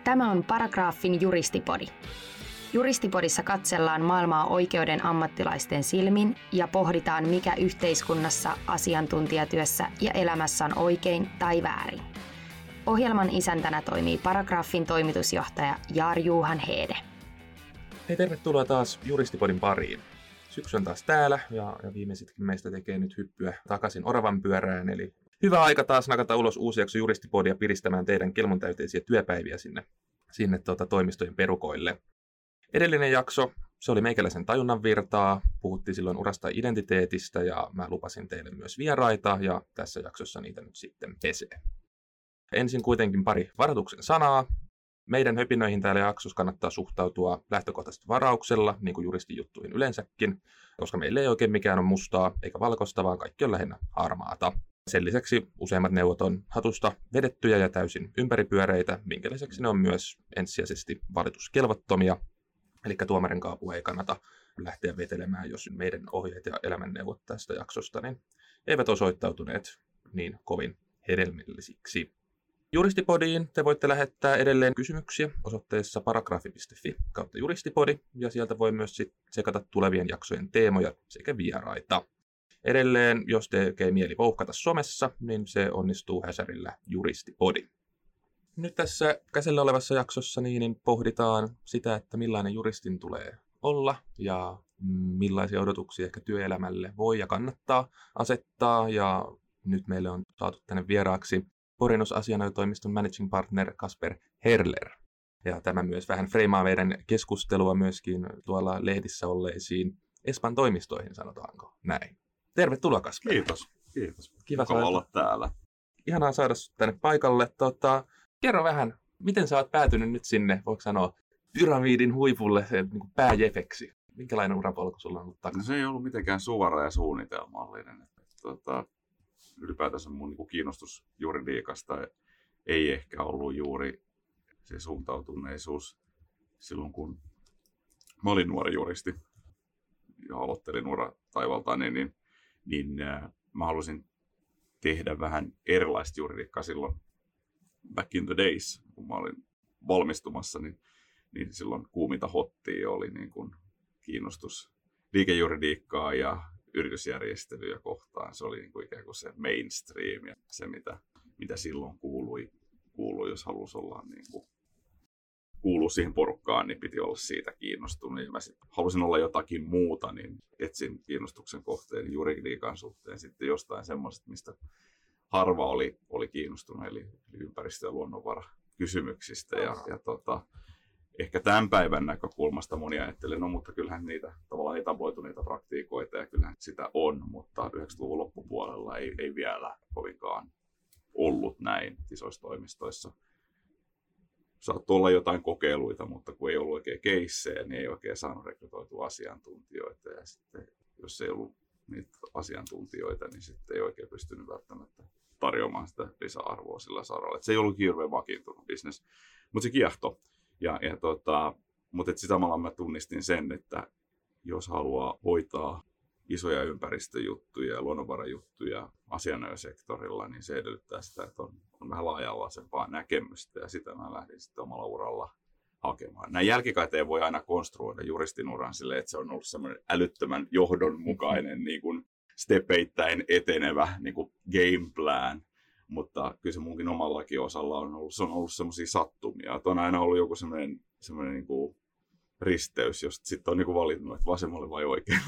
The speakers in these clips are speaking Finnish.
Tämä on Paragraafin juristipodi. Juristipodissa katsellaan maailmaa oikeuden ammattilaisten silmin ja pohditaan, mikä yhteiskunnassa, asiantuntijatyössä ja elämässä on oikein tai väärin. Ohjelman isäntänä toimii Paragraafin toimitusjohtaja Jar-Juhan Hede. Hei, tervetuloa taas Juristipodin pariin. Syksy on taas täällä ja viimeisetkin meistä tekee nyt hyppyä takaisin oravan pyörään. Eli hyvä aika taas nakata ulos uusi jakso Juristipodia piristämään teidän kelmontäyteisiä työpäiviä sinne toimistojen perukoille. Edellinen jakso, se oli meikäläisen tajunnan virtaa. Puhuttiin silloin urasta ja identiteetistä ja mä lupasin teille myös vieraita ja tässä jaksossa niitä nyt sitten pesee. Ensin kuitenkin pari varoituksen sanaa. Meidän höpinöihin täällä jaksossa kannattaa suhtautua lähtökohtaisesti varauksella, niin kuin juristijuttuihin yleensäkin, koska meillä ei oikein mikään ole mustaa eikä valkoista, vaan kaikki on lähinnä harmaata. Sen lisäksi useimmat neuvot on hatusta vedettyjä ja täysin ympäripyöreitä, minkä lisäksi ne on myös ensisijaisesti valituskelvottomia. Eli tuomarin kaapua ei kannata lähteä vetelemään, jos meidän ohjeet ja elämänneuvot tästä jaksosta niin eivät osoittautuneet niin kovin hedelmällisiksi. Juristipodiin te voitte lähettää edelleen kysymyksiä osoitteessa paragraafi.fi/juristipodi, ja sieltä voi myös tsekata tulevien jaksojen teemoja sekä vieraita. Edelleen, jos tekee mieli vouhkata somessa, niin se onnistuu häsärillä juristipodi. Nyt tässä käsillä olevassa jaksossa niin pohditaan sitä, että millainen juristin tulee olla ja millaisia odotuksia ehkä työelämälle voi ja kannattaa asettaa. Ja nyt meille on saatu tänne vieraaksi Borenus-asianajotoimiston managing partner Kasper Herler. Ja tämä myös vähän freimaa meidän keskustelua myöskin tuolla lehdissä olleisiin Espan toimistoihin, sanotaanko näin. Tervetuloa, Kasper. Kiitos. Kiva olla täällä. Ihanaa saada tänne paikalle. Kerro vähän, miten sä oot päätynyt nyt sinne, voiko sanoa, pyramidin huipulle niin kuin pääjefeksi? Minkälainen urapolku sulla on ollut takana? No, se ei ollut mitenkään suora ja suunnitelmallinen. Ylipäätänsä mun niin kuin kiinnostus juridiikasta ei ehkä ollut juuri se suuntautuneisuus silloin, kun mä olin nuori juristi ja aloittelin urataivaltani, niin mä halusin tehdä vähän erilaista juridiikkaa silloin back in the days, kun mä olin valmistumassa, niin silloin kuuminta hottia oli niin kuin kiinnostus liikejuridiikkaa ja yritysjärjestelyjä kohtaan. Se oli niin kuin ikään kuin se mainstream ja se, mitä silloin kuului, jos halusi olla niin kuin kuulua siihen porukkaan, niin piti olla siitä kiinnostunut. Ja mä halusin olla jotakin muuta, niin etsin kiinnostuksen kohteen juridiikan suhteen sitten jostain semmoisesta, mistä harva oli kiinnostunut, eli ympäristö- ja luonnonvarakysymyksistä. Ehkä tämän päivän näkökulmasta moni ajattelee, no mutta kyllähän niitä tavallaan etabloituneita praktiikoita ja kyllähän sitä on, mutta 90-luvun loppupuolella ei vielä kovinkaan ollut näin isoissa toimistoissa. Saattoi olla jotain kokeiluita, mutta kun ei ollut oikein keissejä, niin ei oikein saanut rekrytoitua asiantuntijoita. Ja sitten, jos ei ollut niitä asiantuntijoita, niin sitten ei oikein pystynyt välttämättä tarjoamaan sitä lisäarvoa sillä saralla. Et se ei ollut hirveän vakiintunut bisnes, mutta se kiehtoi. Mutta samalla mä tunnistin sen, että jos haluaa hoitaa isoja ympäristöjuttuja ja luonnonvarajuttuja asianajosektorilla, niin se edellyttää sitä, että on vähän laaja-alaisempaa näkemystä, ja sitä mä lähdin sitten omalla uralla hakemaan. Näin jälkikäteen voi aina konstruoida juristin uran silleen, että se on ollut semmoinen älyttömän johdonmukainen niin kuin stepeittäin etenevä niin kuin game plan, mutta kyllä se munkin omallakin osalla on ollut semmoisia sattumia, että on aina ollut joku semmoinen niin kuin risteys, josta sitten on niin kuin valinnut, että vasemmalle vai oikein.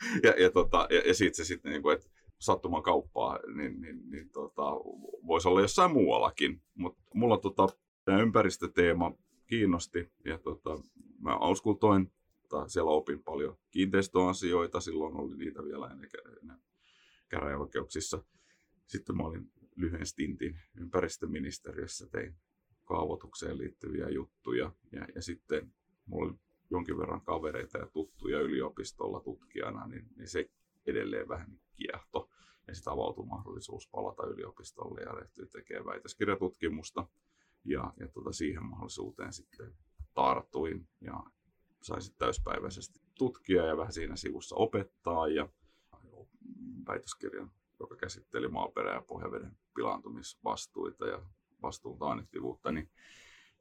ja siitä se sitten, niin kuin, että sattuman kauppaa, niin voisi olla jossain muuallakin. Mutta mulla tämä ympäristöteema kiinnosti, ja mä auskultoin, siellä opin paljon kiinteistöasioita, silloin oli niitä vielä ennen käräjäoikeuksissa. Sitten mä olin lyhyen stintin ympäristöministeriössä, tein kaavoitukseen liittyviä juttuja, ja sitten mulla oli jonkin verran kavereita ja tuttuja yliopistolla tutkijana, niin se edelleen vähän kiehto. Ja sitten avautui mahdollisuus palata yliopistolle ja ryhtyä tekemään väitöskirjatutkimusta. Ja siihen mahdollisuuteen sitten tartuin ja sain sitten täyspäiväisesti tutkia ja vähän siinä sivussa opettaa. Ja väitöskirjan, joka käsitteli maaperä- ja pohjaveden pilaantumisvastuita ja vastuun taannehtivuutta, niin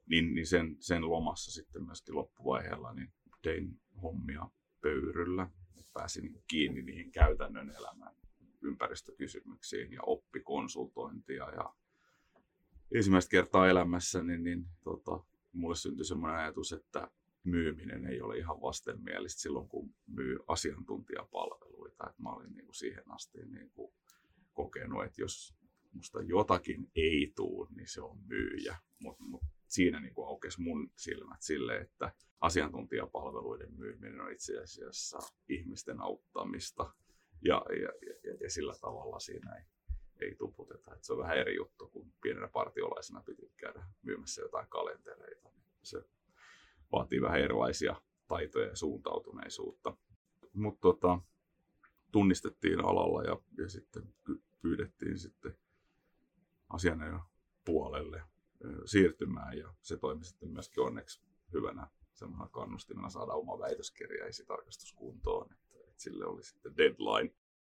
niin sen lomassa sitten myöskin loppuvaiheella niin tein hommia pöyryllä. Pääsin niin kiinni niihin käytännön elämän ympäristökysymyksiin ja oppikonsultointia. Ja ensimmäistä kertaa elämässä mulle syntyi semmoinen ajatus, että myyminen ei ole ihan vastenmielistä silloin, kun myy asiantuntijapalveluita. Et mä olin niin kuin siihen asti niin kuin kokenut, että jos musta jotakin ei tule, niin se on myyjä. Mut siinä niin kuin aukesi mun silmät sille, että asiantuntijapalveluiden myyminen on itse asiassa ihmisten auttamista ja sillä tavalla siinä ei tuputeta. Et se on vähän eri juttu, kun pienenä partiolaisena piti käydä myymässä jotain kalentereita. Se vaatii vähän erilaisia taitoja ja suuntautuneisuutta. Mutta tunnistettiin alalla ja sitten pyydettiin sitten asianajon puolelle siirtymään ja se toimi sitten myöskin onneksi hyvänä semmoinen kannustimena saada oma väitöskirja esitarkastuskuntoon, että sille oli sitten deadline.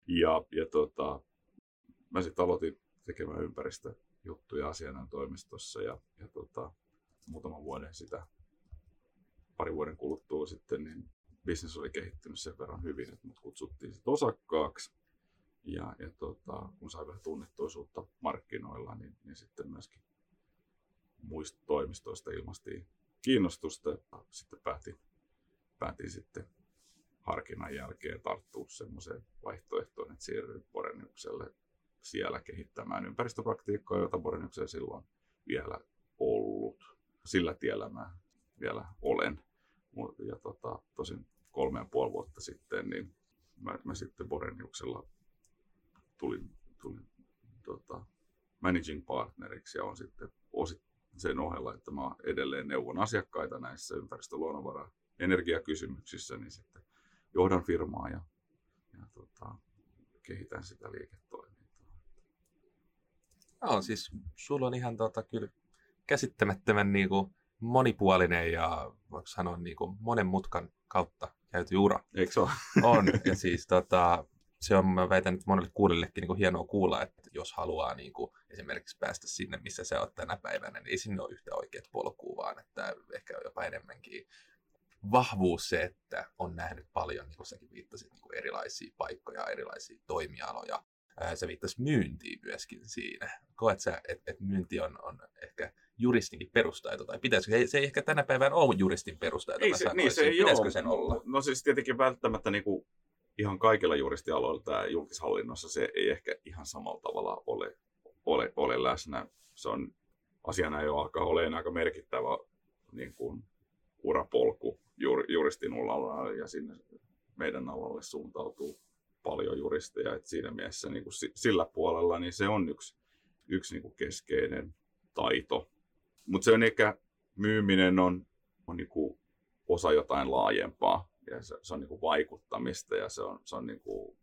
Mä sitten aloitin tekemään ympäristöjuttuja asianajon toimistossa ja muutaman vuoden sitä, parin vuoden kuluttua sitten, niin business oli kehittynyt sen verran hyvin, että mut kutsuttiin sitten osakkaaksi. Ja kun sai vähän tunnettuisuutta markkinoilla, niin sitten myöskin muista toimistoista ilmaistiin kiinnostusta. Sitten päätin sitten harkinnan jälkeen tarttua semmoiseen vaihtoehtoon, että siirryin Boreniukselle siellä kehittämään ympäristöpraktiikkaa, jota Boreniuksella silloin vielä ollut. Sillä tiellä mä vielä olen. Ja tosin 3,5 vuotta sitten, niin mä sitten Boreniuksella tulin managing partneriksi ja on sitten sen ohella, että mä edelleen neuvon asiakkaita näissä ympäristöluonnonvara- energiakysymyksissä, niin sitten johdan firmaa ja kehitän sitä liiketoimintaa. No, siis sulla on ihan kyllä käsittämättömän niin kuin monipuolinen ja voiko sanoa niin kuin monen mutkan kautta käyty ura. Eikö se ole? On, ja siis se on, mä väitän, että monelle kuulillekin niin kuin hienoa kuulla, että jos haluaa niin kuin esimerkiksi päästä sinne, missä sä oot tänä päivänä, niin ei sinne ole yhtä oikeat polkua, vaan että ehkä jopa enemmänkin vahvuus se, että on nähnyt paljon, niin kuin säkin viittasit, niin kuin erilaisia paikkoja, erilaisia toimialoja. Sä viittasit myyntiin myöskin siinä. Koet sä, että myynti on ehkä juristinkin perustaito, tai pitäisikö, se ei ehkä tänä päivänä ole juristin perustaito, pitäisikö sen olla? No siis tietenkin välttämättä niin kuin ihan kaikilla juristialoilla tämä julkishallinnossa se ei ehkä ihan samalla tavalla ole läsnä. Se on asiana jo alkaa olemaan aika merkittävä niin kuin urapolku juristin alalla ja sinne meidän alalle suuntautuu paljon juristeja. Et siinä mielessä niin kuin sillä puolella niin se on yksi niin kuin keskeinen taito. Mutta se on ehkä myyminen on niin kuin osa jotain laajempaa. Ja se on niin kuin vaikuttamista ja se on niin kuin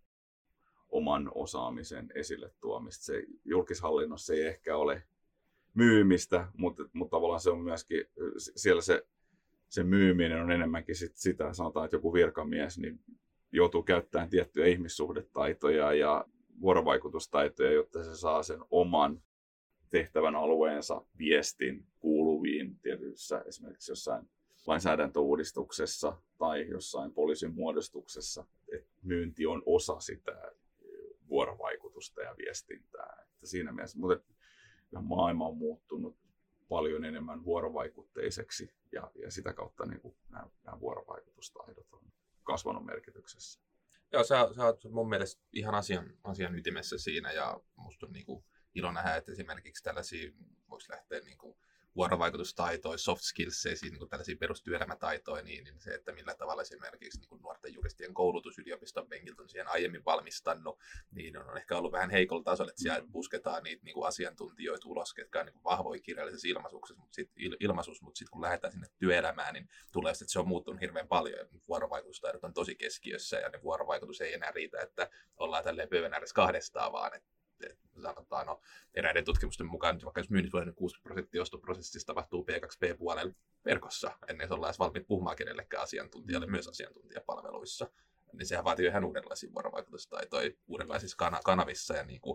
oman osaamisen esille tuomista. Se julkishallinnossa ei ehkä ole myymistä, mutta tavallaan se on myöskin, siellä se myyminen on enemmänkin sitä, sanotaan, että joku virkamies niin joutuu käyttämään tiettyjä ihmissuhdetaitoja ja vuorovaikutustaitoja, jotta se saa sen oman tehtävän alueensa viestin kuuluviin tietyissä, esimerkiksi jossain lainsäädäntöuudistuksessa tai jossain poliisin muodostuksessa, että myynti on osa sitä vuorovaikutusta ja viestintää. Että siinä mielessä, mutta maailma on muuttunut paljon enemmän vuorovaikutteiseksi ja sitä kautta niin kuin nämä vuorovaikutustaidot on kasvanut merkityksessä. Joo, sä oot mun mielestä ihan asian ytimessä siinä ja musta on niin kuin ilo nähdä, että esimerkiksi tällaisia voisi lähteä niin kuin vuorovaikutustaitoja, soft skillsia, siis niin tällaisia perustyöelämätaitoja, niin se, että millä tavalla esimerkiksi niin nuorten juristien koulutus yliopiston penkiltä on siihen aiemmin valmistanut, niin on ehkä ollut vähän heikolla tasolla, että siellä pusketaan niitä niin kuin asiantuntijoita ulos, ketkä on niin vahvoja kirjallisessa ilmaisuus, mutta sitten kun lähdetään sinne työelämään, niin tulee sitten, että se on muuttunut hirveän paljon, ja vuorovaikutustaidot on tosi keskiössä, ja ne vuorovaikutus ei enää riitä, että ollaan tälleen pöydän ääressä kahdestaan, vaan sanotaan, eräiden tutkimusten mukaan, vaikka jos myynnit 60% ostoprosessista tapahtuu P2P-puolella verkossa, ennen kuin ollaan edes valmiit puhumaan kenellekään asiantuntijalle, myös asiantuntijapalveluissa, niin sehän vaatii ihan uudenlaisia vuorovaikutustaitoja uudenlaisissa kanavissa, ja niin kuin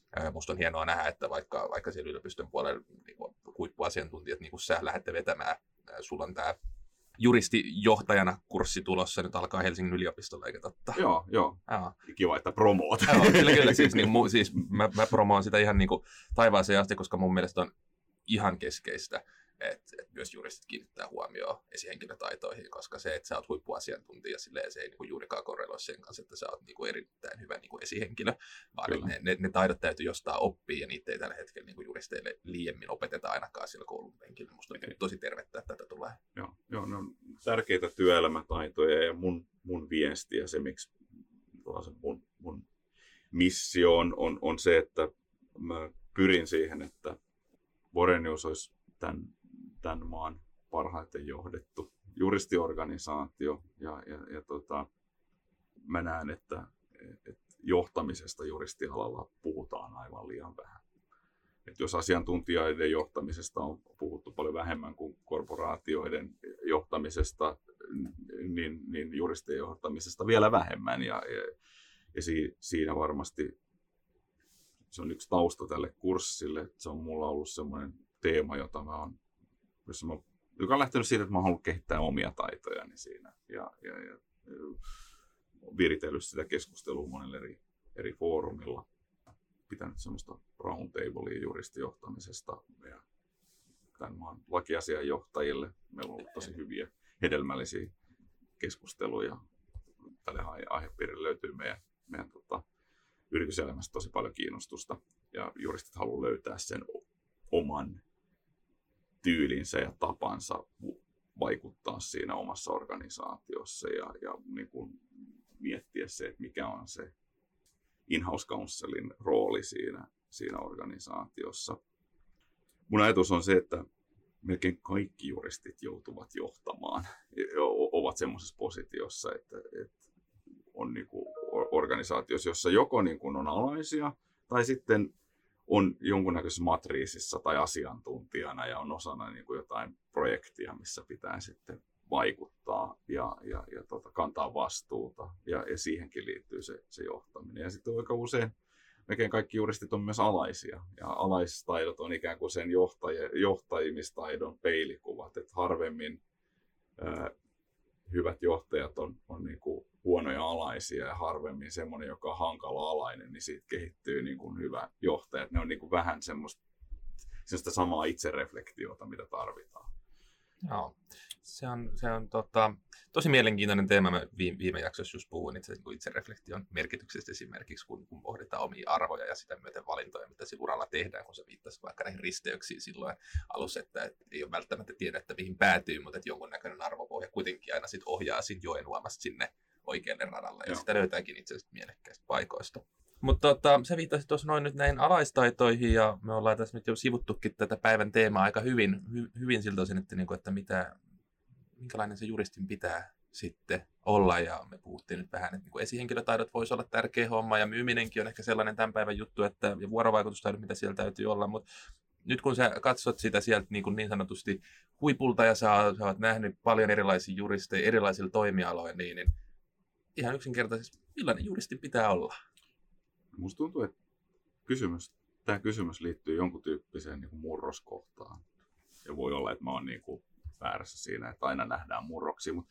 Musta on hienoa nähdä, että vaikka siellä yliopiston puolella niin huippuasiantuntijat, niin kuin sä lähdette vetämään, sulla on tämä juristijohtajana kurssi tulossa, nyt alkaa Helsingin yliopistolla, eikö totta? Joo. Kiva, että promoot. Joo, kyllä. Siis mä promoon sitä ihan niin kuin taivaaseen asti, koska mun mielestä on ihan keskeistä, että myös juristit kiinnittää huomioon esihenkilötaitoihin, koska se, että sä oot huippuasiantuntija, silleen, se ei niin kuin juurikaan korreloi sen kanssa, että sä oot niin kuin erittäin hyvä niin kuin esihenkilö, vaan ne taidot täytyy jostain oppia, ja niitä ei tällä hetkellä niin kuin juristeille liiemmin opeteta ainakaan sillä koulupenkillä. Musta on tosi tervettä, että tätä tulee. Joo, ne on tärkeitä työelämätaitoja, ja mun viesti ja se, miksi mun missio on se, että mä pyrin siihen, että Borenius olisi tämän maan parhaiten johdettu juristiorganisaatio, ja mä näen, että johtamisesta juristialalla puhutaan aivan liian vähän. Et jos asiantuntijoiden johtamisesta on puhuttu paljon vähemmän kuin korporaatioiden johtamisesta, niin juristien johtamisesta vielä vähemmän, ja siinä varmasti se on yksi tausta tälle kurssille. Se on mulla ollut semmoinen teema, joka on lähtenyt siitä, että mä oon halunnut kehittää omia taitojani siinä ja viritellyt sitä keskustelua monella eri foorumilla. Pitänyt semmoista roundtableia juristijohtamisesta ja tämän maan lakiasianjohtajille. Meillä on ollut tosi hyviä, hedelmällisiä keskusteluja. Tälle aihepiirille löytyy meidän yrityselämässä tosi paljon kiinnostusta, ja juristit haluaa löytää sen oman tyylinsä ja tapansa vaikuttaa siinä omassa organisaatiossa ja niin kuin miettiä se, että mikä on se in-house counselin rooli siinä organisaatiossa. Mun ajatus on se, että melkein kaikki juristit joutuvat johtamaan, ovat semmoisessa positiossa, että on niin kuin organisaatiossa, jossa joko niin kuin on alaisia tai sitten on jonkunnäköisessä matriisissa tai asiantuntijana ja on osana niin kuin jotain projektia, missä pitää sitten vaikuttaa ja kantaa vastuuta, ja siihenkin liittyy se johtaminen. Ja sitten aika usein melkein kaikki juristit on myös alaisia, ja alaistaidot on ikään kuin sen johtajimistaidon peilikuvat, että harvemmin hyvät johtajat on niin kuin huonoja alaisia, ja harvemmin semmoinen, joka on hankala alainen, niin siitä kehittyy niin kuin hyvä johtaja. Ne on niin kuin vähän semmoista samaa itsereflektiota, mitä tarvitaan. Joo, se on tosi mielenkiintoinen teema. Mä viime jaksossa just puhuin itsereflektion merkityksestä esimerkiksi, kun pohditaan omia arvoja ja sitä myöten valintoja, mitä sillä uralla tehdään, kun sä viittasit vaikka näihin risteyksiin silloin alussa, että ei ole välttämättä tiedä, että mihin päätyy, mutta että jonkunnäköinen arvopohja kuitenkin aina sit ohjaa siinä joen uomasta sinne oikealle radalle, ja sitä löytääkin itse asiassa mielekkäistä paikoista. Mutta sä viittasit tuossa noin nyt näihin alaistaitoihin, ja me ollaan tässä nyt jo sivuttukin tätä päivän teemaa aika hyvin siltä osin, että minkälainen se juristin pitää sitten olla, ja me puhuttiin nyt vähän, että niin kuin esihenkilötaidot voisi olla tärkeä homma, ja myyminenkin on ehkä sellainen tämän päivän juttu, ja vuorovaikutustaidot, mitä siellä täytyy olla, mutta nyt kun sä katsot sitä sieltä niin sanotusti huipulta, ja sä oot nähnyt paljon erilaisia juristeja erilaisilla toimialoilla, niin ihan yksinkertaisesti, millainen juristin pitää olla? Musta tuntuu, että tämä kysymys liittyy jonkun tyyppiseen niin kuin murroskohtaan. Ja voi olla, että mä oon niin kuin väärässä siinä, että aina nähdään murroksia, mutta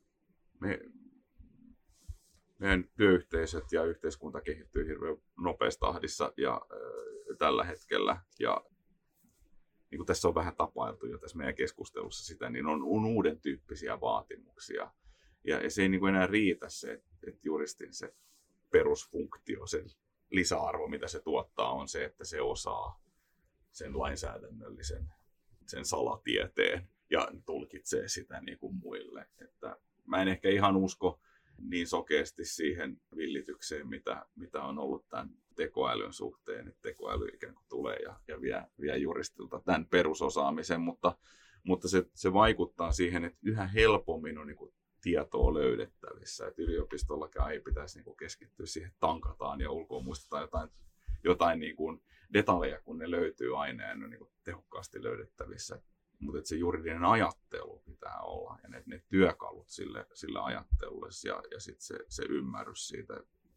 meidän työyhteisöt ja yhteiskunta kehittyy hirveän nopeassa tahdissa ja tällä hetkellä. Ja niin kuin tässä on vähän tapailtu jo tässä meidän keskustelussa sitä, niin on uuden tyyppisiä vaatimuksia. Ja se ei niin kuin enää riitä se, että juristin se perusfunktio, se lisäarvo, mitä se tuottaa, on se, että se osaa sen lainsäädännöllisen, sen salatieteen ja tulkitsee sitä niin kuin muille. Että mä en ehkä ihan usko niin sokeasti siihen villitykseen, mitä on ollut tämän tekoälyn suhteen, että tekoäly ikään kuin tulee ja vie juristilta tämän perusosaamisen, mutta se vaikuttaa siihen, että yhä helpommin on niin kuin tietoa löydettävissä, että yliopistollakaan ei pitäisi niin kuin keskittyä siihen, että tankataan ja ulkoa muistetaan jotain niin kuin detaljeja, kun ne löytyy aina ja ne on niin kuin tehokkaasti löydettävissä. Mutta se juridinen ajattelu pitää olla ja ne työkalut sille ajattelulle ja sitten se ymmärrys siitä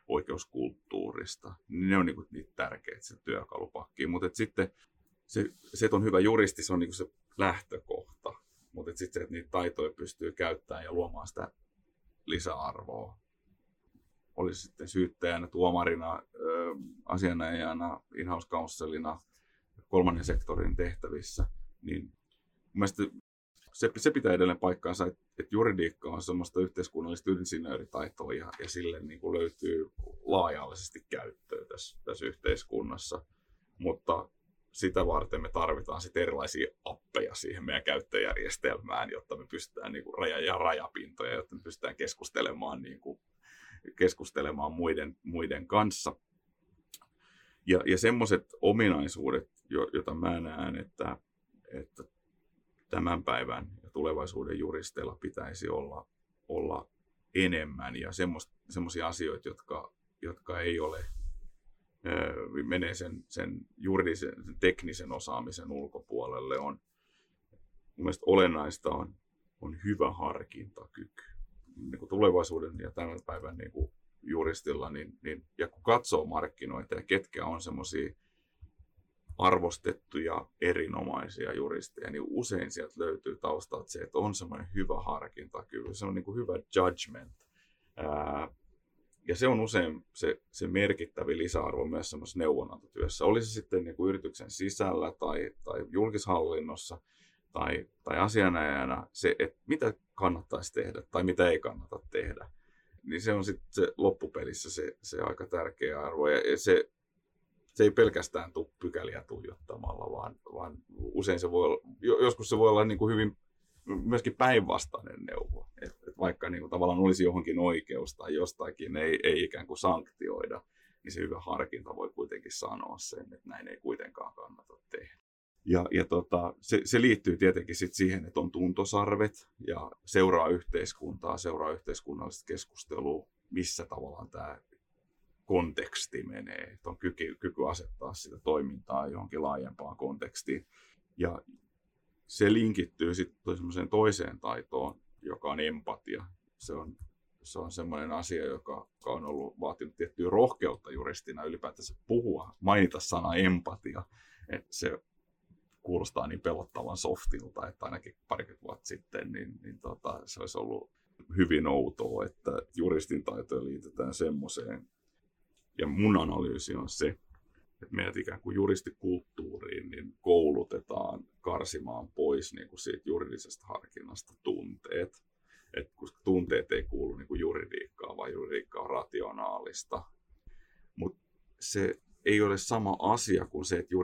oikeuskulttuurista. Ne on niin kuin niitä tärkeitä se työkalupakki. Mutta sitten se, että on hyvä juristi, se on niin kuin se lähtökohta. Mutta sitten se, että niitä taitoja pystyy käyttämään ja luomaan sitä lisäarvoa. Olisi sitten syyttäjänä, tuomarina, asianajajana, in-house counselina, kolmannen sektorin tehtävissä, niin mun mielestä se pitää edelleen paikkaansa, että juridiikka on semmoista yhteiskunnallista insinööritaitoa ja sille niin kuin löytyy laaja-alaisesti käyttöä tässä yhteiskunnassa, mutta sitä varten me tarvitaan sitten erilaisia appeja siihen meidän käyttöjärjestelmään, jotta me pystytään niin kuin rajapintoja, jotta me pystytään keskustelemaan muiden kanssa. Ja semmoiset ominaisuudet, joita mä näen, että tämän päivän ja tulevaisuuden juristeilla pitäisi olla enemmän ja semmoisia asioita, jotka ei ole, menee sen juridisen, sen teknisen osaamisen ulkopuolelle, on mun mielestä olennaista on hyvä harkintakyky. Niin kuin tulevaisuuden ja tämän päivän niin kuin juristilla, ja kun katsoo markkinoita ja ketkä on semmoisia arvostettuja, erinomaisia juristeja, niin usein sieltä löytyy taustalta se, että on semmoinen hyvä harkintakyky, se on niin kuin hyvä judgment. Ja se on usein se merkittävä lisäarvo myös semmoisessa neuvonantotyössä. Oli se sitten niin kuin yrityksen sisällä tai julkishallinnossa tai asianajajana se, että mitä kannattaisi tehdä tai mitä ei kannata tehdä. Niin se on sitten se loppupelissä se aika tärkeä arvo. Ja se ei pelkästään tule pykäliä tuijottamalla, vaan usein se voi olla, joskus se voi olla niin kuin hyvin myöskin päinvastainen neuvo. Et vaikka niin kuin tavallaan olisi johonkin oikeus tai jostakin ei ikään kuin sanktioida, niin se hyvä harkinta voi kuitenkin sanoa sen, että näin ei kuitenkaan kannata tehdä. Se liittyy tietenkin sit siihen, että on tuntosarvet ja seuraa yhteiskuntaa, seuraa yhteiskunnallista keskustelua, missä tavallaan tämä konteksti menee. Että on kyky asettaa sitä toimintaa johonkin laajempaan kontekstiin. Ja se linkittyy sitten semmoiseen toiseen taitoon, joka on empatia. Se on semmoinen asia, joka on vaatinut tiettyä rohkeutta juristina ylipäätänsä mainita sana empatia. Että se kuulostaa niin pelottavan softilta, että ainakin parikymmentä vuotta sitten se olisi ollut hyvin outoa, että juristin taitoja liitetään semmoiseen. Ja mun analyysi on se, että meidät ikään kuin juristikulttuuriin niin koulutetaan karsimaan pois niin kuin siitä juridisesta harkinnasta tunteet. Et koska tunteet ei kuulu niin kuin juridiikkaan, vaan juridiikka on rationaalista. Mutta se ei ole sama asia kuin se, että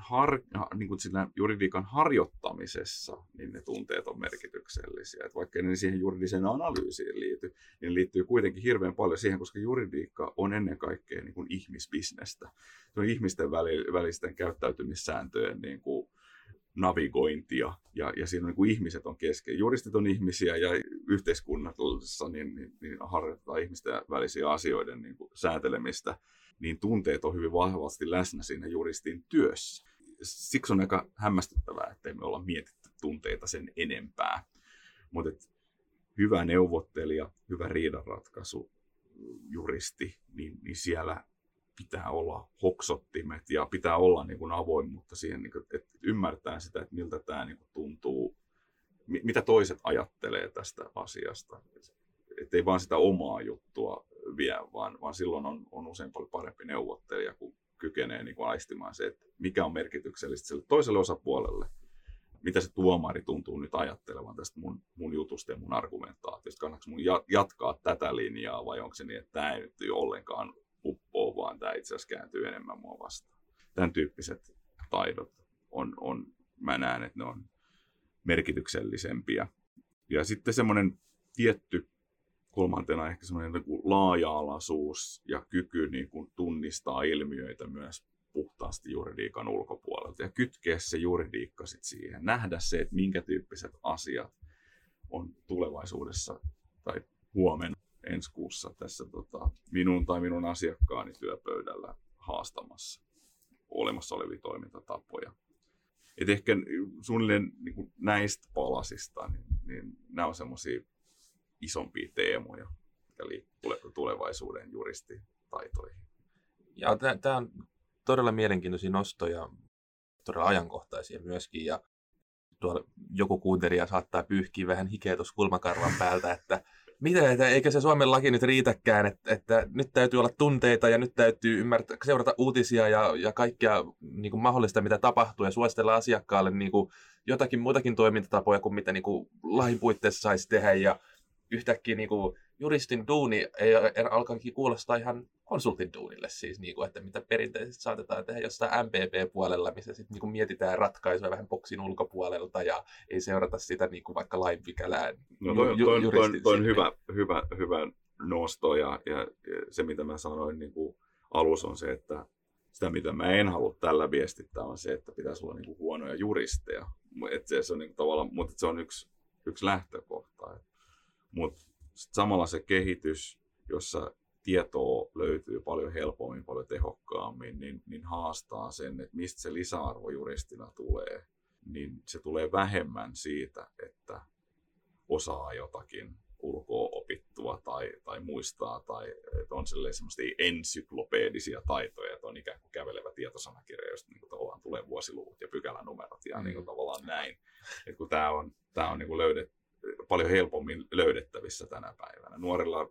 juridiikan harjoittamisessa niin ne tunteet on merkityksellisiä. Et vaikka ne siihen juridiseen analyysiin liity, niin liittyy kuitenkin hirveän paljon siihen, koska juridiikka on ennen kaikkea niin kuin ihmisbisnestä. Se on ihmisten välisten käyttäytymissääntöjen niin kuin navigointia ja siinä on, niin kuin ihmiset on kesken. Juristit on ihmisiä ja yhteiskunnassa niin harjoitetaan ihmisten välisiä asioiden niin kuin säätelemistä. Niin tunteet on hyvin vahvasti läsnä siinä juristin työssä. Siksi on aika hämmästyttävää, ettei me olla mietitty tunteita sen enempää. Mutta hyvä neuvottelija, hyvä riidanratkaisu, juristi, niin siellä pitää olla hoksottimet ja pitää olla niin kuin avoimuutta siihen, niin kuin, että ymmärtää sitä, että miltä tämä niin kuin tuntuu, mitä toiset ajattelee tästä asiasta. Että ei vaan sitä omaa juttua vie, vaan silloin on usein paljon parempi neuvottelija, kun kykenee niin kuin aistimaan se, että mikä on merkityksellistä sille toiselle osapuolelle. Mitä se tuomari tuntuu nyt ajattelevan tästä mun jutusta ja mun argumentaatiosta. Kannattaisi mun jatkaa tätä linjaa vai onko se niin, että tämä ei nyt ollenkaan uppoo, vaan tämä itse asiassa kääntyy enemmän mua vastaan. Tämän tyyppiset taidot mä näen, että ne on merkityksellisempiä. Ja sitten semmoinen tietty kolmantena ehkä semmoinen niin laaja-alaisuus ja kyky niin kuin tunnistaa ilmiöitä myös puhtaasti juridiikan ulkopuolelta ja kytkeä se juridiikka sit siihen. Nähdä se, että minkä tyyppiset asiat on tulevaisuudessa tai huomenna ensi kuussa tässä minun tai minun asiakkaani työpöydällä haastamassa olemassa olevia toimintatapoja. Et ehkä suunnilleen niin kuin näistä palasista, niin nämä on semmoisia isompia teemoja, eli tulevaisuuden juristi taitoihin. Ja tämä on todella mielenkiintoisia nostoja, todella ajankohtaisia myöskin. Ja tuolla joku kuuntelija saattaa pyyhkiä vähän hikeä tuossa kulmakarvan päältä, että eikä se Suomen laki nyt riitäkään, että nyt täytyy olla tunteita ja nyt täytyy seurata uutisia ja kaikkea niin kuin mahdollista, mitä tapahtuu, ja suositella asiakkaalle niin kuin jotakin muutakin toimintatapoja kuin mitä niin kuin lain puitteissa saisi tehdä. Ja yhtäkkiä niin kuin juristin duuni alkaakin kuulostaa ihan konsultin duunille, siis, niin kuin, että mitä perinteisesti saatetaan tehdä jossain MPP-puolella, missä sitten niin mietitään ratkaisuja vähän boksin ulkopuolelta ja ei seurata sitä niin kuin vaikka lainpykälää. No toi on hyvä nosto, ja se mitä mä sanoin niin kuin alussa on se, että sitä mitä mä en halua tällä viestittää on se, että pitäisi olla niin kuin huonoja juristeja, se on niin kuin tavallaan, mutta se on yksi lähtökohta. Mutta samalla se kehitys, jossa tietoa löytyy paljon helpommin, paljon tehokkaammin, niin haastaa sen, että mistä se lisäarvo juristina tulee. Niin se tulee vähemmän siitä, että osaa jotakin ulkoa opittua tai muistaa, tai että on semmoista ensyklopedisia taitoja, että on ikään kuin kävelevä tietosanakirja, josta niin tavallaan tulee vuosiluvut ja pykälänumerot ja niin tavallaan näin. Et kun tämä on niin paljon helpommin löydettävissä tänä päivänä. Nuorilla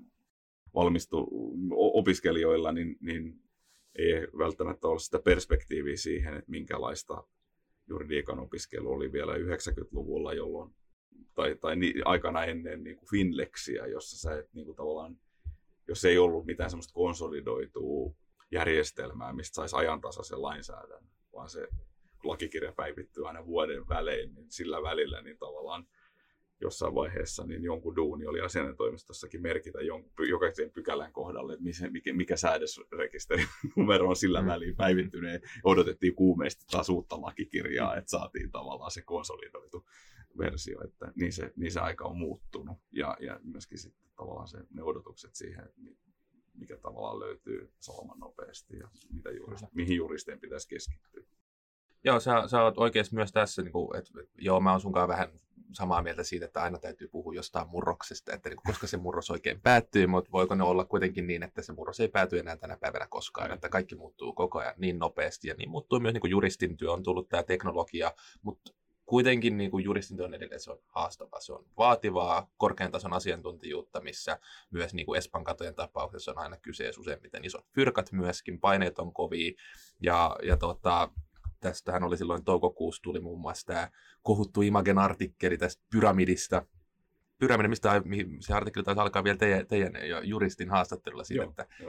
opiskelijoilla niin ei välttämättä ole sitä perspektiiviä siihen, että minkälaista juridiikan opiskelu oli vielä 90-luvulla, jolloin tai aikana ennen niin kuin Finlexiä, jossa sä et niin kuin tavallaan, jos ei ollut mitään semmoista konsolidoitua järjestelmää, mistä saisi ajantasaisen lainsäädännön, vaan se lakikirja päivittyy aina vuoden välein, niin sillä välillä niin tavallaan jossain vaiheessa niin jonkun duuni oli asianajotoimistossakin merkitä jokaisen pykälän kohdalle, että mikä säädösrekisterin-numero on sillä väliin päivittyneen. Odotettiin kuumeisesti taas uutta lakikirjaa, että saatiin tavallaan se konsolidoitu versio, että niin se aika on muuttunut. Ja myöskin sitten tavallaan ne odotukset siihen, että mikä tavallaan löytyy salaman nopeasti ja mihin juristeen pitäisi keskittyä. Joo, sä oot oikeasti myös tässä, että joo, mä oon sunkaan vähän samaa mieltä siitä, että aina täytyy puhua jostain murroksesta, että koska se murros oikein päättyy, mutta voiko ne olla kuitenkin niin, että se murros ei pääty enää tänä päivänä koskaan, että kaikki muuttuu koko ajan niin nopeasti, ja niin muuttuu myös juristin työ, on tullut tämä teknologia, mutta kuitenkin juristin työ on edelleen, se on haastavaa, se on vaativaa, korkean tason asiantuntijuutta, missä myös Espan katojen tapauksessa on aina kyseessä useimmiten isot fyrkat myöskin, paineet on kovia, ja tästähän oli silloin toukokuussa tuli muun muassa tämä kohuttu Imagen-artikkeli tästä pyramidista. Pyramidi, mistä se artikkeli taisi alkaa vielä teidän juristin haastattelulla siitä,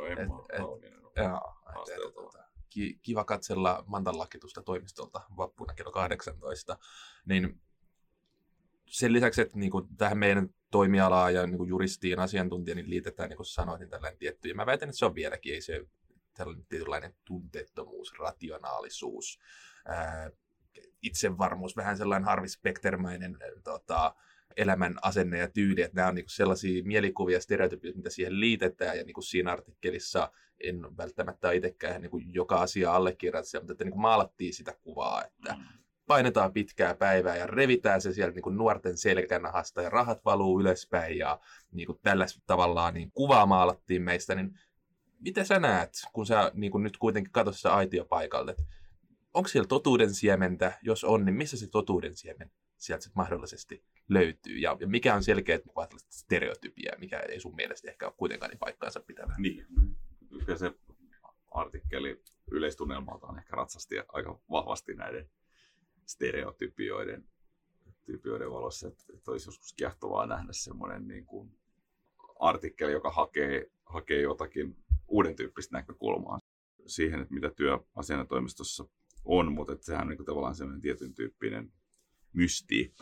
kiva katsella mantanlakitusta toimistolta vappuna kello 18. Niin sen lisäksi, että tähän meidän toimialaan ja juristiin asiantuntija niin liitetään, niin kuin sanoin, niin tällainen tietty. Ja mä väitän, että se on vieläkin, ei se tällainen tietynlainen tunteettomuus, rationaalisuus, itsevarmuus, vähän sellainen Harvey Specter-mäinen elämän asenne ja tyyli, että nämä on sellaisia mielikuvia ja stereotypioita, mitä siihen liitetään, ja siinä artikkelissa en välttämättä itsekään joka asia allekirjoita, mutta että maalattiin sitä kuvaa, että painetaan pitkää päivää ja revitään se sieltä nuorten selkänahasta ja rahat valuu ylöspäin ja tällaista tavallaan kuvaa maalattiin meistä, niin miten sä näet, kun sä nyt kuitenkin katsot sitä aitiopaikalle, että onko siellä totuuden siementä? Jos on, niin missä se totuuden siemen sieltä mahdollisesti löytyy? Ja mikä on selkeä stereotypia, mikä ei sun mielestä ehkä ole kuitenkaan niin paikkaansa pitävä? Niin, kyllä se artikkeli yleistunnelmaltaan ehkä ratsasti aika vahvasti näiden stereotypioiden valossa, että olisi joskus kiehtovaa nähdä semmoinen niin kuin artikkeli, joka hakee jotakin uuden tyyppistä näkökulmaa siihen, että mitä työ asianajotoimistossa on, mutta että sehän on niin tavallaan sellainen tietyn tyyppinen mystiikka,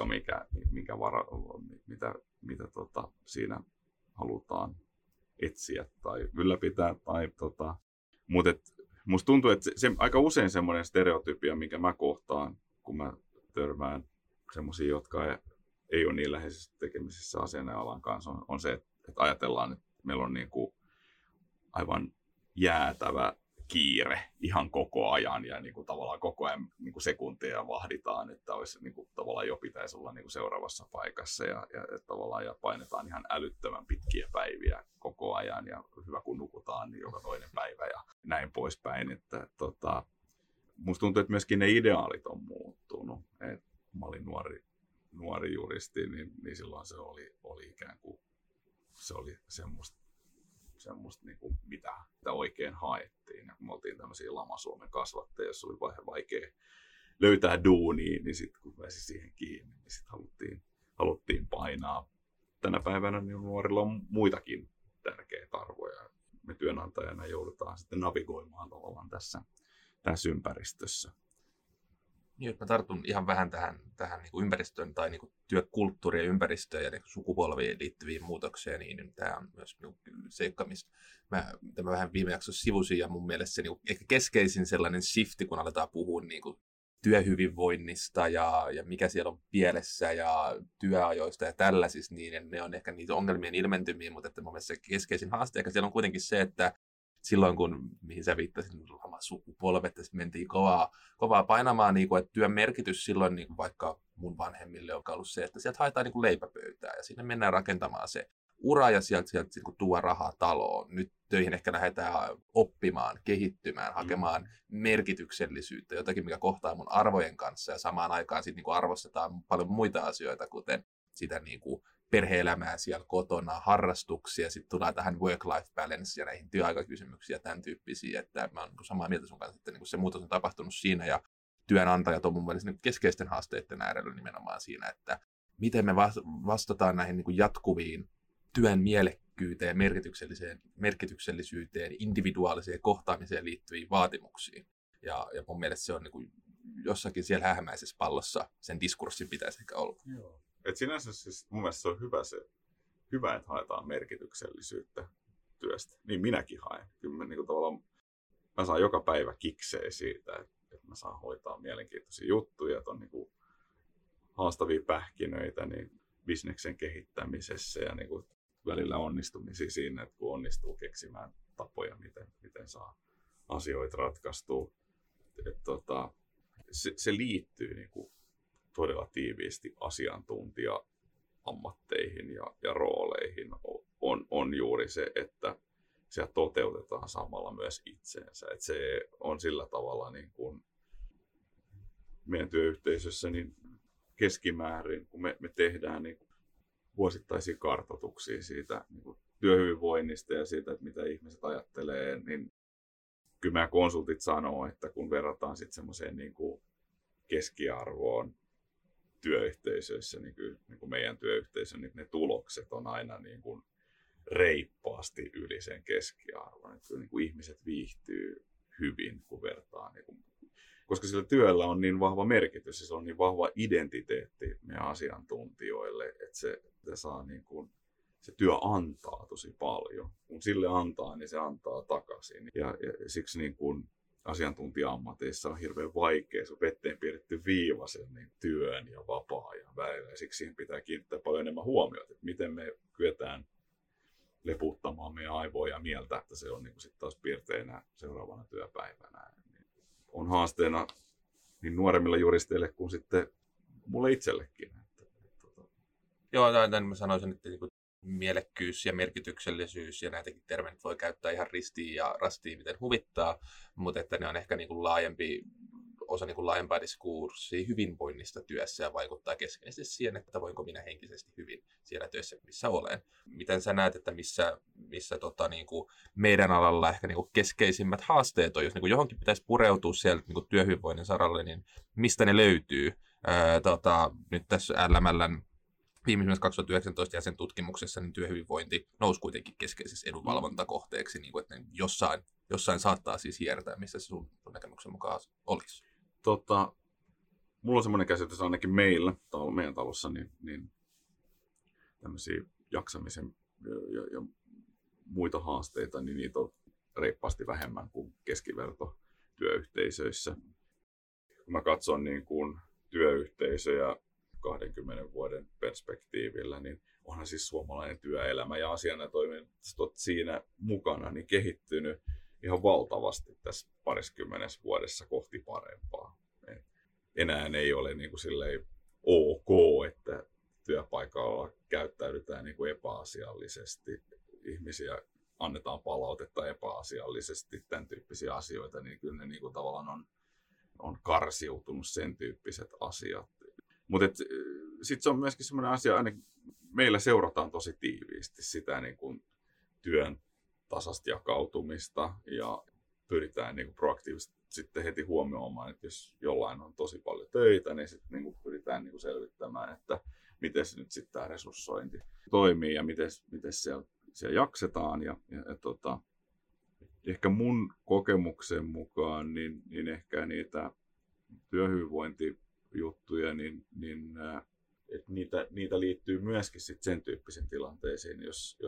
mitä siinä halutaan etsiä tai ylläpitää. Mutta musta tuntuu, että se aika usein semmoinen stereotypia, minkä mä kohtaan, kun mä törmään semmoisia, jotka ei ole niin läheisesti tekemisissä asianajalan kanssa, on se, että ajatellaan, että meillä on niin kuin aivan jäätävä kiire ihan koko ajan ja niin kuin tavallaan koko ajan niin kuin sekunteja vahditaan, että olisi niin kuin tavallaan jo pitäisi olla niin kuin seuraavassa paikassa ja tavallaan ja painetaan ihan älyttömän pitkiä päiviä koko ajan ja hyvä kun nukutaan niin joka toinen päivä ja näin poispäin, että musta tuntuu, että myöskin ne ideaalit on muuttunut. Et kun mä olin nuori juristi, niin silloin se oli ikään kuin se oli semmoista niin kuin mitä oikein haettiin. Ja kun me oltiin tämmöisiä Lama-Suomen kasvattajia, jos oli vaikea löytää duunia, niin sitten kun pääsi siihen kiinni, niin sitten haluttiin painaa. Tänä päivänä niin nuorilla on muitakin tärkeitä arvoja. Me työnantajana joudutaan sitten navigoimaan tavallaan tässä ympäristössä. Niin, mä tartun ihan vähän tähän niin kuin ympäristöön tai niin kuin työkulttuuriin ja ympäristöön ja niin kuin sukupolviin liittyviin muutoksiin, niin tämä on myös niin seikka, mistä mä vähän viime jaksossa sivusin, ja mun mielestä se niin kuin ehkä keskeisin sellainen shifti, kun aletaan puhua niin kuin työhyvinvoinnista ja mikä siellä on pielessä ja työajoista ja tällaisista, niin ne on ehkä niitä ongelmien ilmentymiä, mutta että mun mielestä se keskeisin haaste, ehkä siellä on kuitenkin se, että silloin, mihin sä viittasit, sukupolvet, että mentiin kovaa painamaan, niin kuin, että työn merkitys silloin niin kuin vaikka mun vanhemmille on ollut se, että sieltä haetaan niin kuin leipäpöytää ja sinne mennään rakentamaan se ura ja sieltä niin kuin tuo rahaa taloon. Nyt töihin ehkä lähdetään oppimaan, kehittymään, hakemaan merkityksellisyyttä, jotakin mikä kohtaa mun arvojen kanssa ja samaan aikaan sit, niin kuin arvostetaan paljon muita asioita, kuten sitä niin kuin perhe-elämää siellä kotona, harrastuksia, sitten tulee tähän work-life balance ja näihin työaikakysymyksiin ja tämän tyyppisiä, että mä oon samaa mieltä sun kanssa, että niin se muutos on tapahtunut siinä ja työnantajat on mun mielestä niin keskeisten haasteiden äärellä nimenomaan siinä, että miten me vastataan näihin niin jatkuviin työn mielekkyyteen, merkityksellisyyteen, individuaaliseen kohtaamiseen liittyviin vaatimuksiin. Ja mun mielestä se on niin kuin jossakin siellä hämäisessä pallossa sen diskurssin pitäisi ehkä olla. Joo. Et sinänsä siis mun mielestä se on hyvä, että haetaan merkityksellisyyttä työstä. Niin minäkin haen. Kyllä niin kuin tavallaan mä saan joka päivä kiksejä siitä, että mä saan hoitaa mielenkiintoisia juttuja, että on niin kuin haastavia pähkinöitä niin bisneksen kehittämisessä ja niin kuin välillä onnistumisia siinä, että kun onnistuu keksimään tapoja, miten saa asioita ratkaistua. Se liittyy niin kuin todella tiiviisti asiantuntija-ammatteihin ja rooleihin on juuri se, että siellä toteutetaan samalla myös itseensä. Että se on sillä tavalla niin kuin meidän työyhteisössä niin keskimäärin, kun me tehdään niin kuin vuosittaisia kartoituksia siitä niin kuin työhyvinvoinnista ja siitä, että mitä ihmiset ajattelee, niin kyllä meidän konsultit sanoo, että kun verrataan sitten semmoiseen niin kuin keskiarvoon työyhteisöissä, niin kuin meidän työyhteisön, niin ne tulokset on aina niin kuin reippaasti yli sen keskiarvon. Että niin kuin ihmiset viihtyy hyvin, kun vertaa. Niin kuin, koska sillä työllä on niin vahva merkitys ja se on niin vahva identiteetti meidän asiantuntijoille, että se saa niin kuin, se työ antaa tosi paljon. Kun sille antaa, niin se antaa takaisin. Ja siksi niin kuin asiantuntija-ammateissa on hirveän vaikea se veteen piirretty viiva sen niin työn ja vapaa-ajan välillä. Ja siksi siihen pitää kiinnittää paljon enemmän huomiota, että miten me kyetään leputtamaan meidän aivoja ja mieltä, että se on niin sitten taas piirteinä seuraavana työpäivänä. On haasteena niin nuoremmilla juristeille kuin sitten mulle itsellekin. Joo, tämän mä sanoisin, että niin kuin mielekkyys ja merkityksellisyys ja näitäkin termejä voi käyttää ihan ristiin ja rastiin, miten huvittaa, mutta että ne on ehkä niin kuin osa niin kuin laajempaa diskurssia hyvinvoinnista työssä ja vaikuttaa keskeisesti siihen, että voinko minä henkisesti hyvin siellä työssä, missä olen. Miten sä näet, että missä niin kuin meidän alalla ehkä niin kuin keskeisimmät haasteet on, jos niin kuin johonkin pitäisi pureutua sieltä niin kuin työhyvinvoinnin saralle, niin mistä ne löytyy? Nyt tässä LML:n viimeisimmässä 2019 jäsentutkimuksessa niin työhyvinvointi nousi kuitenkin keskeisessä edunvalvontakohteeksi, niin kuin, että jossain saattaa siis hiertää, missä se sun näkemyksen mukaan olisi. Mulla on semmoinen käsitys ainakin meidän talossa, niin tämmöisiä jaksamisen ja muita haasteita, niin niitä on reippaasti vähemmän kuin keskiverto työyhteisöissä. Kun mä katson niin kuin työyhteisöjä 20 vuoden perspektiivillä, niin onhan siis suomalainen työelämä ja asianajotoiminta siinä mukana niin kehittynyt ihan valtavasti tässä 20 vuodessa kohti parempaa. Enää ei ole niin kuin silleen ok, että työpaikalla käyttäydytään niin kuin epäasiallisesti, ihmisiä annetaan palautetta epäasiallisesti, tämän tyyppisiä asioita, niin kyllä ne niin kuin tavallaan on karsiutunut sen tyyppiset asiat. Mutta sitten se on myöskin sellainen asia, ainakin meillä seurataan tosi tiiviisti sitä niin kuin työn tasasta jakautumista ja pyritään niin kuin proaktiivisesti sitten heti huomioimaan, että jos jollain on tosi paljon töitä, niin sitten niin kuin pyritään niin kuin selvittämään, että miten se nyt sitten tämä resurssointi toimii ja miten siellä jaksetaan. Ehkä mun kokemuksen mukaan niin ehkä niitä työhyvinvointijuttuja, että niitä liittyy myöskin sit sen tyyppisiin tilanteisiin, jos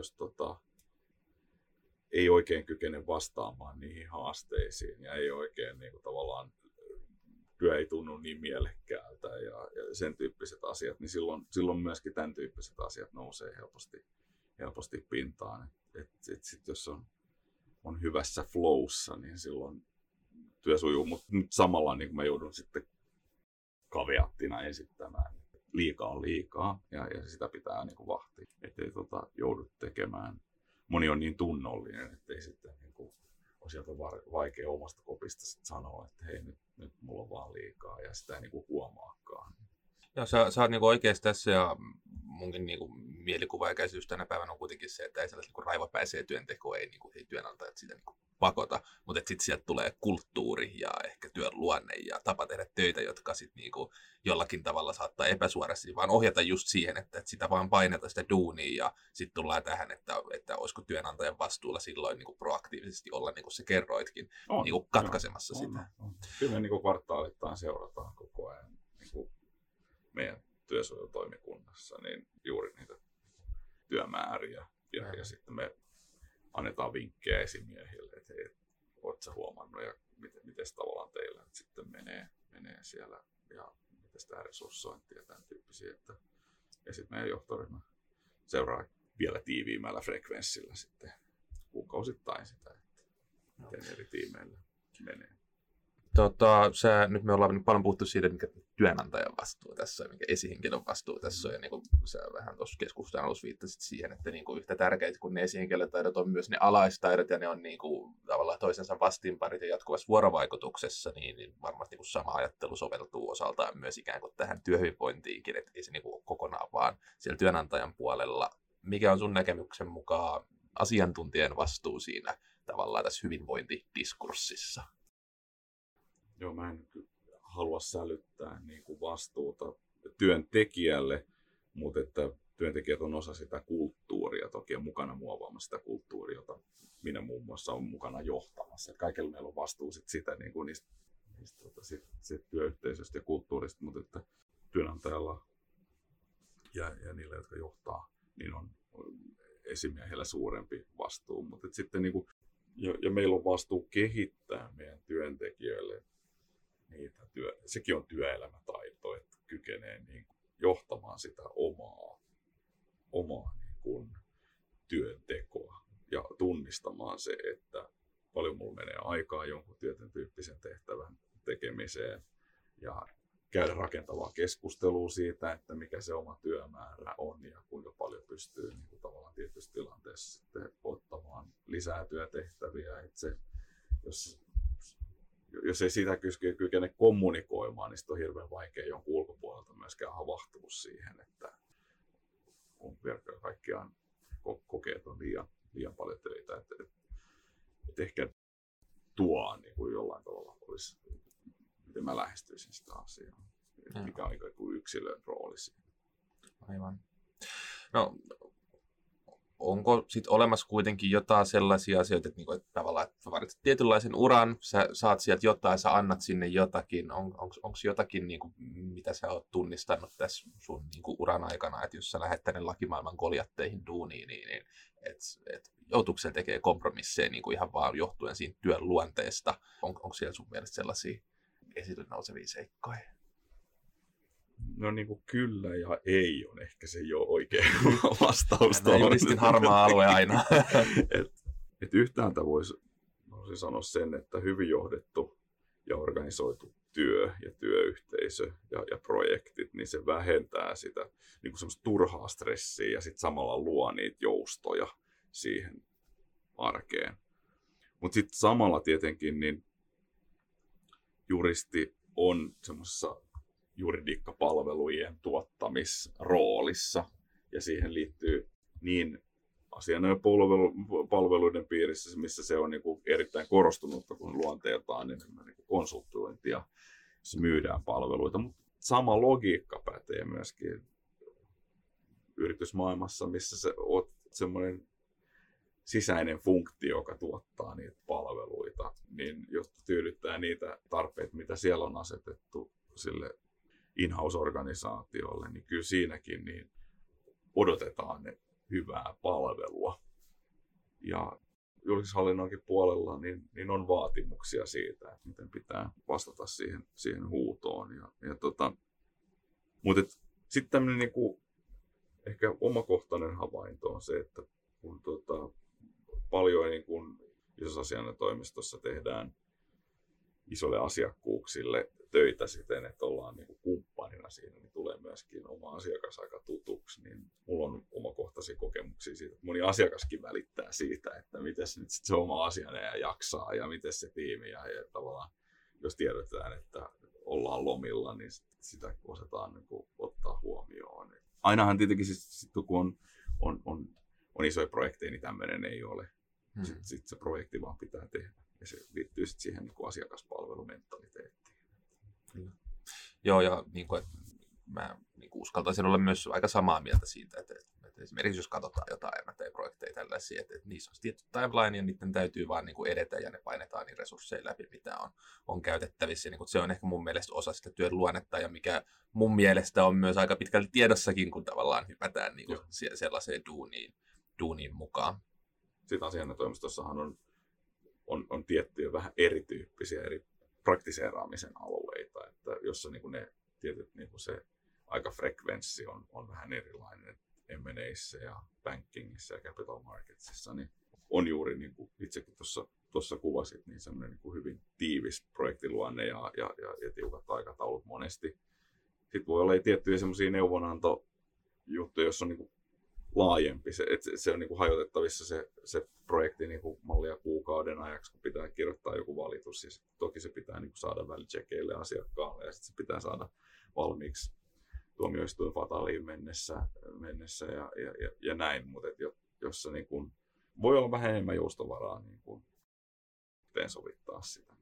ei oikein kykene vastaamaan niihin haasteisiin ja ei oikein niin kuin tavallaan työ ei tunnu niin mielekkäältä ja sen tyyppiset asiat, niin silloin myöskin tämän tyyppiset asiat nousee helposti pintaan. Sit jos on hyvässä flowssa, niin silloin työ sujuu, mutta nyt samalla niin mä joudun sitten kaveattina esittämään. Liikaa on liikaa ja sitä pitää niin kuin vahtia, ettei joudu tekemään. Moni on niin tunnollinen, ettei sitten niin kuin, on sieltä vaikea omasta kopista sit sanoa, että hei nyt mulla on vaan liikaa ja sitä ei niin kuin huomaakaan. Joo, sä oot niinku oikeasti tässä ja munkin niinku mielikuva ja käsitys tänä päivänä on kuitenkin se, että ei sellaista niinku raivopäiseen työntekoa, ei työnantajat sitä niinku pakota, mutta sitten sieltä tulee kulttuuri ja ehkä työn luonne ja tapa tehdä töitä, jotka sitten niinku jollakin tavalla saattaa epäsuorasti vaan ohjata just siihen, että sitä vaan paineta sitä duunia ja sitten tullaan tähän, että olisiko työnantajan vastuulla silloin niinku proaktiivisesti olla, niin kuin sä kerroitkin, niinku katkaisemassa sitä. On. Kyllä me niinku kvartaalittain seurataan koko ajan niinku meidän työsuojelutoimikunnassa niin juuri niitä työmääriä ja sitten me annetaan vinkkejä esimiehille, että hei, oot sä huomannut ja miten tavallaan teillä sitten menee siellä ja miten sitä resurssointia ja tämän tyyppisiä. Ja sitten meidän johtoryhmä seuraa vielä tiiviimmällä frekvenssillä sitten kuukausittain sitä, että miten eri tiimeillä menee. Nyt me ollaan paljon puhuttu siitä, mikä työnantajan vastuu tässä on, mikä esihenkilön vastuu tässä on. Ja niin kuin sä vähän tuossa keskustelun alussa viittasit siihen, että niin kuin yhtä tärkeitä kuin ne esihenkilötaidot on myös ne alaistaidot ja ne on niin kuin tavallaan toisensa vastinparit ja jatkuvassa vuorovaikutuksessa, niin varmasti niin kuin sama ajattelu soveltuu osaltaan myös ikään kuin tähän työhyvinvointiinkin, että ei se niin kuin ole kokonaan vaan siellä työnantajan puolella. Mikä on sun näkemyksen mukaan asiantuntijan vastuu siinä tavallaan tässä hyvinvointidiskurssissa? Joo, mä en halua sälyttää niin kuin vastuuta työntekijälle, mutta että työntekijät on osa sitä kulttuuria, toki on mukana muovaamassa sitä kulttuuria, jota minä muun muassa olen mukana johtamassa. Että kaikilla meillä on vastuu sitä niin kuin niistä työyhteisöstä ja kulttuurista, mutta että työnantajalla ja niillä, jotka johtaa, niin on esimiehellä suurempi vastuu. Mutta sitten niin kuin, ja meillä on vastuu kehittää meidän työntekijöille sekin on työelämätaito, että kykenee niin kuin johtamaan sitä omaa niin kuin työntekoa ja tunnistamaan se, että paljon mulla menee aikaa jonkun tietyn tyyppisen tehtävän tekemiseen ja käydä rakentavaa keskustelua siitä, että mikä se oma työmäärä on ja kuinka paljon pystyy niin kuin tavallaan tietyissä tilanteissa sitten ottamaan lisää työtehtäviä. Itse, jos ei sitä kykene kommunikoimaan, niin sitten on hirveän vaikea jonkun ulkopuolelta myöskään havahtua siihen, että kun kaikkiaan kokeet on liian paljon töitä. Että ehkä tuo niin kuin jollain tavalla olisi, miten mä lähestyisin sitä asiaa. Mikä on niin yksilön rooli siinä. Aivan. No, onko sitten olemassa kuitenkin jotain sellaisia asioita, että, niinku, että tavallaan että valitset tietynlaisen uran, sä saat sieltä jotain, sä annat sinne jotakin. Onko jotakin, niinku, mitä sä oot tunnistanut tässä sun niinku, uran aikana, että jos sä lähdet tänne lakimaailman goljatteihin duuniin, niin joutuuko siellä tekemään kompromisseja niinku, ihan vaan johtuen siitä työn luonteesta? Onko siellä sun mielestä sellaisia esille nousevia seikkoja? No niin kuin kyllä ja ei on ehkä se jo oikein vastaus. Tämä on juristin harmaa alue aina. et yhtäältä voisi voisin sanoa sen, että hyvin johdettu ja organisoitu työ ja työyhteisö ja projektit, niin se vähentää sitä niin kuin semmoista turhaa stressiä ja sitten samalla luo niitä joustoja siihen arkeen. Mutta sitten samalla tietenkin niin juristi on semmoisessa juridiikkapalvelujen tuottamisroolissa ja siihen liittyy niin asianajopalveluiden piirissä, missä se on niin kuin erittäin korostunutta, kun luonteeltaan niin konsultointia, jossa myydään palveluita. Mutta sama logiikka pätee myöskin yritysmaailmassa, missä se on semmoinen sisäinen funktio, joka tuottaa niitä palveluita, niin jotta tyydyttää niitä tarpeita, mitä siellä on asetettu sille in-house-organisaatiolle, niin kyllä siinäkin niin odotetaan ne hyvää palvelua. Ja julkishallinnonkin puolella niin on vaatimuksia siitä, että miten pitää vastata siihen huutoon. Mutta sitten tämmöinen niinku, ehkä omakohtainen havainto on se, että kun paljon niin kun isossa asianajotoimistossa tehdään isolle asiakkuuksille töitä siten, että ollaan niin kuin kumppanina siinä, niin tulee myöskin oma asiakas aika tutuksi. Niin mulla on omakohtaisia kokemuksia siitä, että moni asiakaskin välittää siitä, että miten nyt se oma asianajaja jaksaa ja miten se tiimi. Ja tavallaan, jos tiedetään, että ollaan lomilla, niin sitä osataan niin kuin ottaa huomioon. Ainahan tietenkin kun on isoja projekteja, niin tämmöinen ei ole. Sitten se projekti vaan pitää tehdä. Ja se liittyy sitten siihen niin kuin asiakaspalvelumentaliteettiin. Joo, ja niin kuin, että mä niin kuin uskaltaisin olla myös aika samaa mieltä siitä, että esimerkiksi jos katsotaan jotain M&A-projekteja tällaisia, että niissä on tietty timeline ja niiden täytyy vaan niin kuin edetä ja ne painetaan niin resursseja läpi, mitä on käytettävissä. Ja niin kuin se on ehkä mun mielestä osa sitä työn luonnetta ja mikä mun mielestä on myös aika pitkälti tiedossakin, kun tavallaan hypätään niin kuin sellaiseen duuniin mukaan. Sitten asianajotoimistossahan on tiettyjä vähän erityyppisiä eri praktiseeraamisen alueita, että jossa niin kuin ne tietyt niin kuin se aikafrekvenssi on vähän erilainen M&A:ssä ja bankingissa ja capital marketsissa, niin on juuri niin kuin itsekin tuossa kuvasit, niin semmoinen niin kuin hyvin tiivis projektiluonne ja tiukat aikataulut monesti. Sitten voi olla tiettyjä semmoisia neuvonantojuttuja, joissa on niin kuin laajempi. Se on niin kuin hajotettavissa se projekti niin kuin mallia kuukauden ajaksi, kun pitää kirjoittaa joku valitus. Ja toki se pitää niin kuin saada välicheckeille asiakkaalle ja sitten se pitää saada valmiiksi tuomioistuin fataliin mennessä ja näin. Mutta jossa niin kuin voi olla vähän enemmän joustovaraa niin kuin sovittaa sitä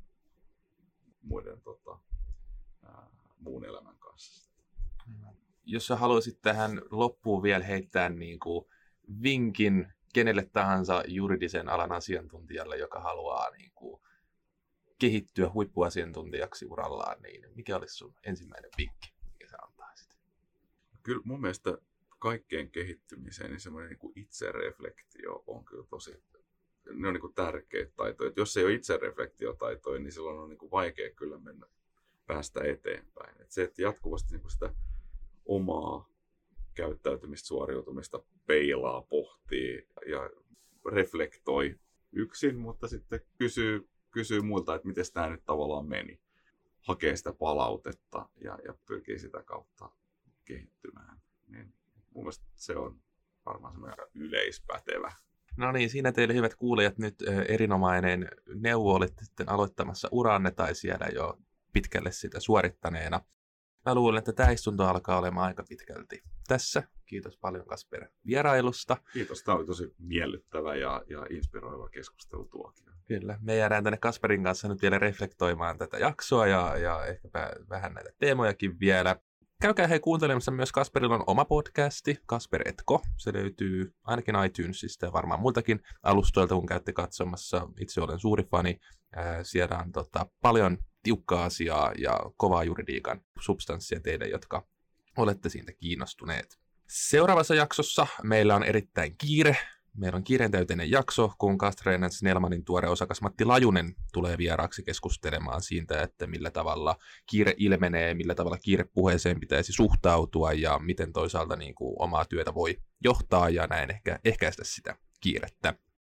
muun elämän kanssa. Jos sä haluaisit tähän loppuun vielä heittää niin kuin vinkin kenelle tahansa juridisen alan asiantuntijalle, joka haluaa niin kuin kehittyä huippuasiantuntijaksi urallaan, niin mikä olisi sun ensimmäinen vinkki, mikä sä antaisit? Kyllä mun mielestä kaikkeen kehittymiseen niin semmoinen niin kuin itsereflektio on kyllä ne on niin kuin tärkeitä taitoja. Jos ei ole itsereflektiotaitoja, niin silloin on niin kuin vaikea kyllä päästä eteenpäin. Että jatkuvasti niin kuin sitä omaa käyttäytymistä, suoriutumista peilaa, pohtii ja reflektoi yksin, mutta sitten kysyy muilta, että miten tämä nyt tavallaan meni. Hakee sitä palautetta ja pyrkii sitä kautta kehittymään. Niin mun mielestä se on varmaan semmoinen yleispätevä. No niin, siinä teille hyvät kuulijat nyt erinomainen neuvo. Olette sitten aloittamassa uranne tai siellä jo pitkälle sitä suorittaneena. Mä luulen, että tämä istunto alkaa olemaan aika pitkälti tässä. Kiitos paljon Kasper vierailusta. Kiitos, tämä oli tosi miellyttävä ja inspiroiva keskustelu tuokin. Kyllä, me jäädään tänne Kasperin kanssa nyt vielä reflektoimaan tätä jaksoa ja ehkäpä vähän näitä teemojakin vielä. Käykää hei kuuntelemassa myös Kasperilla on oma podcasti, Kasper Etko. Se löytyy ainakin iTunesista ja varmaan muiltakin alustoilta, kun käytte katsomassa. Itse olen suuri fani. Siellä on paljon tiukkaa asiaa ja kovaa juridiikan substanssia teille, jotka olette siitä kiinnostuneet. Seuraavassa jaksossa meillä on erittäin kiire. Meillä on kiireentäyteinen jakso, kun Castrén & Snellmanin tuore osakas Matti Lajunen tulee vieraaksi keskustelemaan siitä, että millä tavalla kiire ilmenee, millä tavalla kiirepuheeseen pitäisi suhtautua ja miten toisaalta niin kuin omaa työtä voi johtaa ja näin ehkä ehkäistä sitä kiirettä.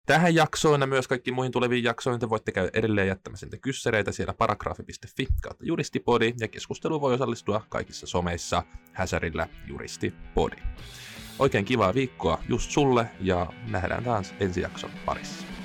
Tähän jaksoon ja myös kaikkiin muihin tuleviin jaksoihin te voitte käydä edelleen jättämässä niitä kyssäreitä siellä paragraafi.fi/juristipodi ja keskusteluun voi osallistua kaikissa someissa häsärillä juristipodi. Oikein kivaa viikkoa just sulle ja nähdään taas ensi jakson parissa.